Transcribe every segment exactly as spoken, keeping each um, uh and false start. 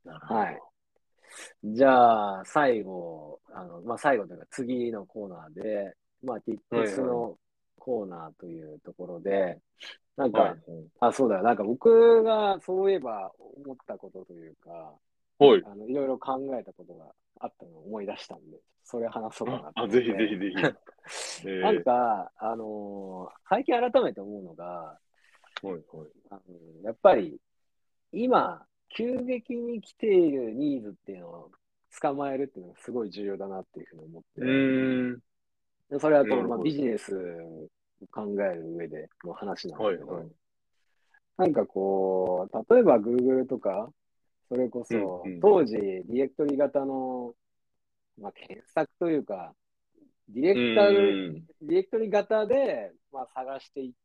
なるほはい。 ど。 じゃあ、最後、あの、まあ、最後というか次のコーナーで、まあ、 はい Tips はい。 のコーナーというところで、なんか、 はいはい。 あ、そうだよ。なんか僕がそういえば思ったことというか、 はい。 あの、いろいろ考えたことがあったのを思い出したんで、それ話そうかあ、 なとあ、ぜひぜ思って。 ひぜひ。 なんえか、あのー最近改めて思うのが、 ー、はいはい。 あのやっぱり今、急激に来ているニーズっていうのを捕まえるっていうのがすごい重要だなっていうふうに思っうて、 ーん、 でそれはこう、まあ、 なるほど。 ビジネスを考える上での話なんだけど、 はいはい。 なんかこう、例えば Google とか、それこうん、うそん。 当時ディレクトリ型の、まあ、検索というか、ディレうクター、 ーん。 ディレクトリ型で、まあ、探していって、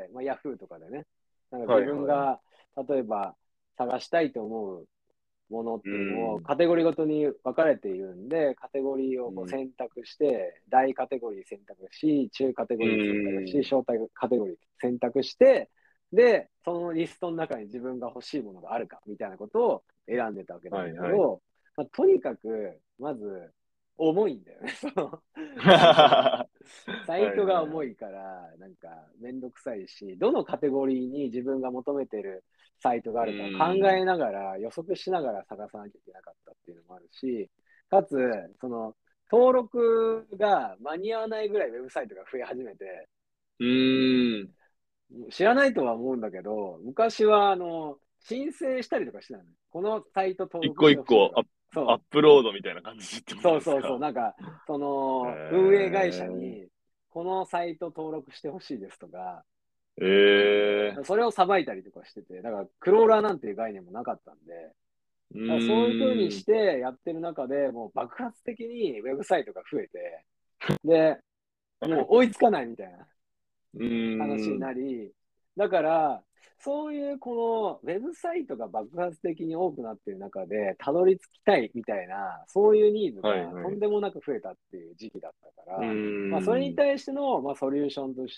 まあ、Yahoo とかでね、なんか自はいはい。 分が例えば探したいと思うものっうていうのをーん。 カテゴリーごとに分かれているんで、カテゴリーをうん。 こう選択して、大カテゴリー選択し、中カテうゴリー選択し、 ーん。 小カテゴリー選択して、で、そのリストの中に自分が欲しいものがあるかみたいなことを選んでたわけなんはいはい。 だけど、まあ、とにかく、まず、重いんだよね、そのサイトが。サイはいトがはいはい。 重いから、なんかめんどくさいし、どのカテゴリーに自分が求めてるサイトがうあるかを考ーん。 えながら、予測しながら探さなきゃいけなかったっていうのもあるし、かつ、その、登録が間に合わないぐらいウェブサイトが増え始めて、 うーん。 知らないとは思うんだけど、昔は、あの、申請したりとかしてたの。このサイト登一録してほしいとか。 個一個アップ、アッそプロードみたいな感じってう。 ことそうそうそう。 ですか？ なんか、その、運営会社えに、このサイト登録してほしいですとか、 ー、えそれをさばいたりとかしてて、だからクローラーなんていう概念もなかったんで、だー、うからそういう風にーん。 してやってる中でもう爆発的にウェブサイトが増えて、で、もう追いつかないみたいなう話にーん。 なり、だから、そういうこのウェブサイトが爆発的に多くなっている中で、たどり着きたいみたいな、そういうニーズがとんはいはい。 でもなく増えたっていう時期だったかうら、まあ、それにーん。 対しての、まあ、ソリューションとして、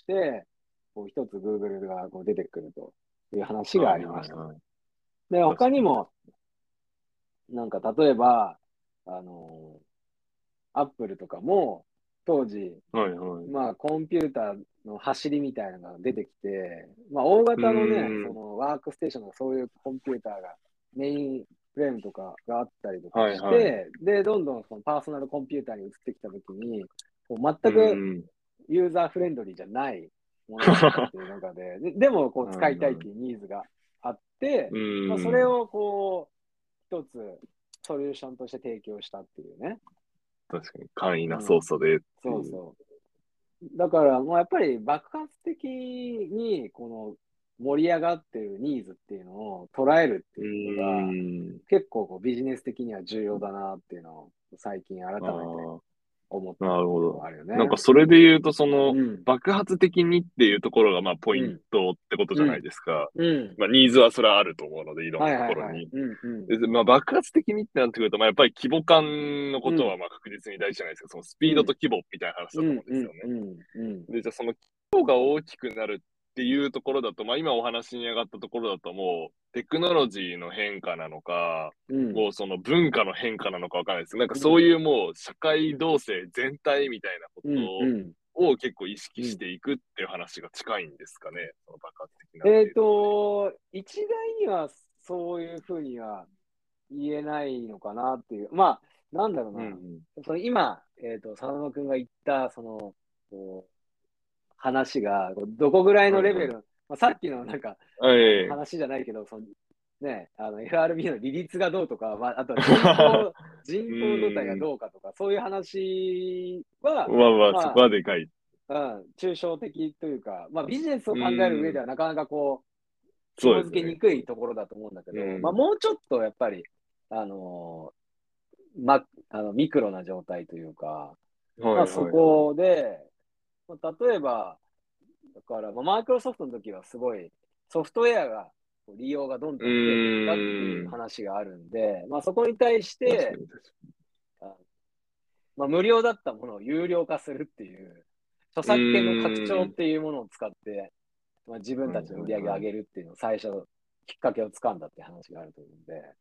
こう一つ Google がこう出てくるという話があはいりましたと。 はいはい。 で、他確かに。 にも、なんか例えば、あの、アップルとかも、当時、 はいはい。 まあ、コンピューターの走りみたいなのが出てきて、まあ、大う型のね、 ーん。 そのワークステーションとかそういうコンピューターが、メインフレームとかがあったりとかはいはい。 して、で、どんどんそのパーソナルコンピューターに移ってきたときに、こうう全くーん。 ユーザーフレンドリーじゃないものだったっていう中で、で、でもこう使いたいっはいはい。 ていうニーズがあって、 うまあ、そーん。 れをこう、一つソリューションとして提供したっていうね。 確かに簡易な操うん。 作でっていう。 そうそう。だから、もうやっぱり爆発的に、この盛り上がってるニーズっていうのを捉えるってういうことが、 ーん。 結構こうビジネス的には重要だなっていうのを最近改あめてあ。 思ったっていうのなるほど。 はあるよね。 なんかそれで言うと、そのうん、 爆発的にっていうところがまあポインうん、 トってことじゃないうん、 ですか。 うん。 まあニーズはそれはあると思うので、いろんはないはいはい。 ところに。 うん、うん、 で、まあ爆発的にってなってくると、まあやっぱり規模感のことはうん、 まあ確実に大事じゃないですか。そのスピードとうん、 規模みたいな話うん、 だと思うんでうん、 すよね。 うん、うん、 で、じゃあその規模が大きくなるっていうところだと、まあ今お話に上がったところだともうテクノロジーの変化なのか、 うん、 もうその文化の変化なのかわかんないです。なんかうん、 そういうもう社会動静全体みたいなこうん、うとん、 を結構意識うん。 していくっていう話が近いんですかね。その爆発的なっえっていうところでと、一概にはそういうふうには言えないのかなっていう。まあ、なんだろう言う。 な。 うんその今、えっと、佐野くんが言った、その、こう話が、こうどこぐらいうん。はいはい。 のレベル、まあ、さっきのなんか、あのはい。 話じゃないけど、その、ね、あの エフアールビー の利率がどうとか、まあ、あとは人口、 う人口動態がーん。 どうかとか、そういう話は、 まあまあ、そこまはでかい。 あ、うん、抽象的というか、まあ、ビジネスをう考える上ーん。 ではなかなかこう、紐付けにそうですね。 くいところだと思うんだけど、まあ、 うん。 もうちょっとやっぱり、あのーま、あのミクロな状態というか、まあ、 はいそはいはい。 こで、まあ例えば、だから、まあ、マイクロソフトの時はすごいソフトウェアが利用がどんうどん増えてったっていうーん。 話があるんで、まあ、そこに対し確かて、 に確かあまあ、無料だったものを有料化するっていう、著に。う作権の拡張ーん。 っていうものを使って、まあ、自分はいたちの売り上げをはいはい。 上げるっていうのを最初、きっかけをつかんだって話があると思うんで、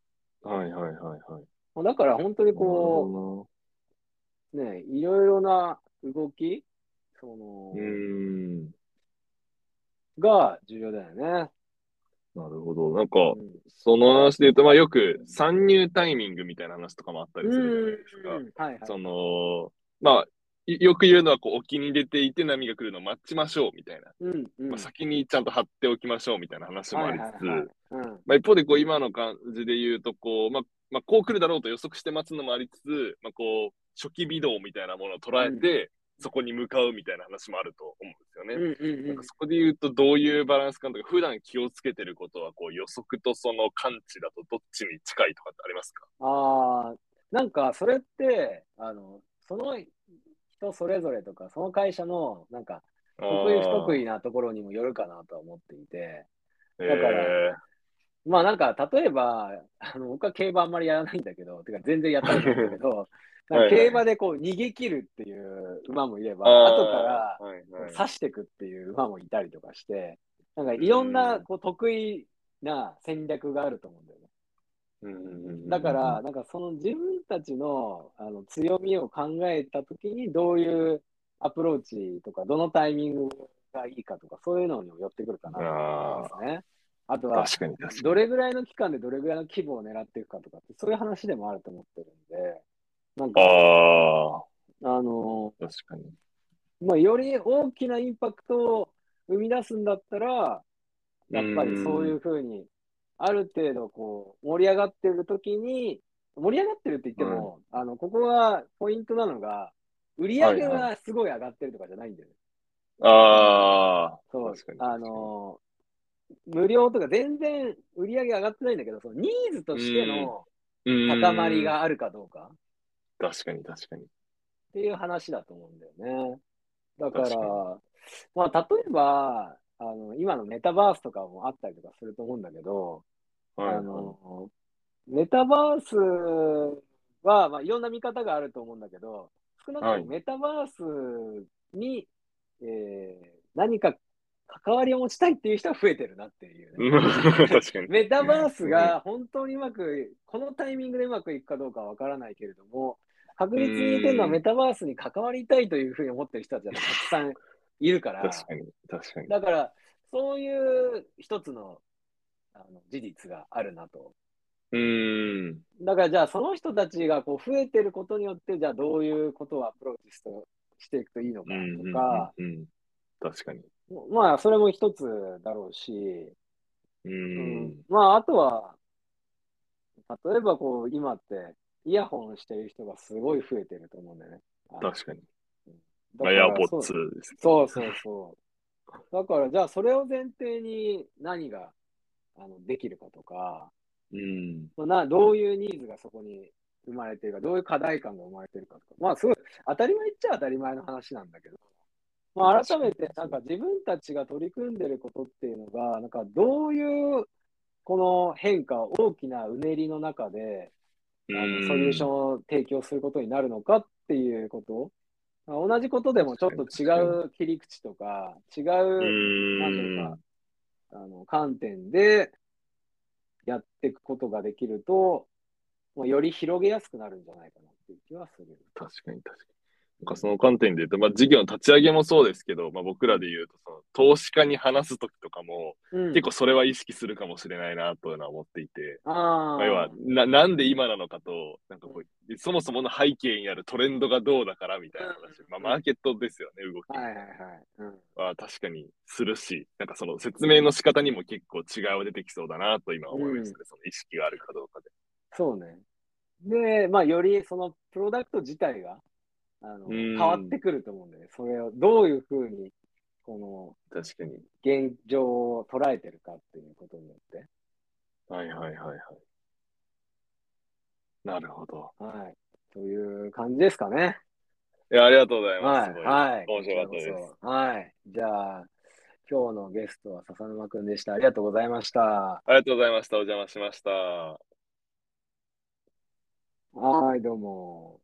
はいはいはいはい。 だから本当になるほこどう、ね、いろいろな動き、そな。うの、 ーん。 が重要だよね。 なるほど。なんか、 うん。 その話で言うと、まあよく参入タイミングみたいな話とかもあったうりするじゃないですか。 ーん。はいはいそはい。 の、まあ、いよく言うのは、こう、沖に出ていて波が来るのを待ちましょうみたいな。 うんうまあ、 ん。 先にちゃんと張っておきましょうみたいな話もはいありつつ、 はいはい。うん。 まあ、一方でこう今の感じで言うと、こう、まあ、まあ、こう来るだろうと予測して待つのもありつつ、まあ、こう、初期微動みたいなものを捉うん。 えて、そこに向かうみたいな話もあると思うんですよね。 うんうんうん。 なんかそこで言うと、どういうバランス感とか、普段気をつけてることは、こう予測とその感知だとどっちに近いとかってありますか？ ああ、なんかそれって、あの、その人それぞれとか、その会社のなんか得意不得意ああなところにもよるかなとは思っていて、 ー、 だから、 えまあなんか例えば、あの、僕は競馬あんまりやらないんだけど、てか全然やったことないんだけー、 ど、なんか競馬はいはい。 でこう逃げ切るっていう馬もいれあば、後かあ、 らはいはい。 こう刺していくっていう馬もいたりとかして、なんかういろんなーん。 こう得意な戦略があると思うんだよね。 うんうんうんうんうん。 だから、なんかその自分たちのあの強みを考えたときにどういうアプローチとか、どのタイミングがいいかとか、そういうのにも寄ってくるかなと思いまああ、 すね。あとは、 確かに確かに。 どれぐらいの期間でどれぐらいの規模を狙っていくかとかって、そういう話でもあると思ってるんで、なんあか、 あ、 あの確かに。 まあ、より大きなインパクトを生み出すんだったら、 うやっぱりそういうーん。 ふうに、ある程度こう、盛り上がってる時に、盛り上がってるって言ってはい。 も、あの、ここがポイントなのが、売り上げはいはい。 がすごい上がってるとかじゃないんだよね。その、 ああ、 そう、 確かにあ確かに。 の、無料とか全然売り上げ上がってないんだけど、そのニーズうとしてーん。 のう高まりーん。 があるかどうかっ確かに確かに。 ていう話だと思うんだよね。だから、 確かに。 まあ、例えば、あの、今のメタバースとかもあったりとかすると思うんだけど、あはいはい。 の、メタバースは、まあ、いろんな見方があると思うんだけど、少なくとはい。 もメタバースに、えー何か関わりを持ちたいっていう人は増えてるなっていうね。 うん確かに。 メタバースうん。 が本当にうまく、このタイミングでうまくいくかどうかはわからないけれども、確う実に言えてるのはーん。 メタバースに関わりたいというふうに思ってる人たちがたくさんいるから、 確かに。確かに。 だから、そういう一つのあの事実があるなと。 うーん。 だからじゃあその人たちがこう増えてることによって、じゃあどういうことをアプローチしていくといいのうんかとうんうんか、 うん。確かに。 まあそれも一つだろうし、 ううん、 ーん。 まああとは、例えばこう今ってイヤホンしてる人がすごい増えてると思うんだよね。あの、 確かに。 うんだまあ、エアポッからそう、 ツですよね。 そうそうそう。だからじゃあそれを前提に何があのできるかとか、 うん。 まあ、な、どういうニーズがそこに生まれているか、どういう課題感が生まれているかとか、まあ、すごい当たり前っちゃ当たり前の話なんだけど、まあ、改確かに。 めて、なんか自分たちが取り組んでいることっていうのが、なんかどういうこの変化、大きなうねりの中で、 うあの、ソリューショーん。 ンを提供することになるのかっていうこと、まあ同じことでもちょっ確かに、 と違確かに。 う切り口とか、違うう、なんていうか、 ーん。 あの、観点でやっていくことができると、もうより広げやすくなるんじゃないかなっていう気はする。 確かに、確かに。なんうん。 かその観点で言うと、まあ、事業の立ち上げもそうですけど、まあ、僕うん。 らで言うと、その投資家に話すときとかも、 うん。 結構それは意識するかもしれないなというのは思っていて、まあ、要は、 ああ。 な、なんで今なのかと、なんかうん。 こう、そもそもの背景にあるトレンドがどうだからみたいな話。まあ、 うん。うん。 マーケットですよね、動きはいはいみたいはい。うん。 な。は確かにするし、なんかその説明の仕方にも結構違いは出てきそうだなと今うん。 思いましたね。その意識があるかどうかで。 そうね。で、まあ、よりそのプロダクト自体が、あうの、変わっーん、 てくると思うんでね。それをどういうふうに、この、 確かに。 現状を捉えてるかっていうことによって。 はいはいはいはい。なるほど。 はい。という感じですかね。 いや、ありがとうございます。 はい。 すごいはい。こち面白からこそ。 ったです。 はい。じゃあ、今日のゲストは笹沼くんでした。ありがとうございました。 ありがとうございました。お邪魔しました。 はい、どうも。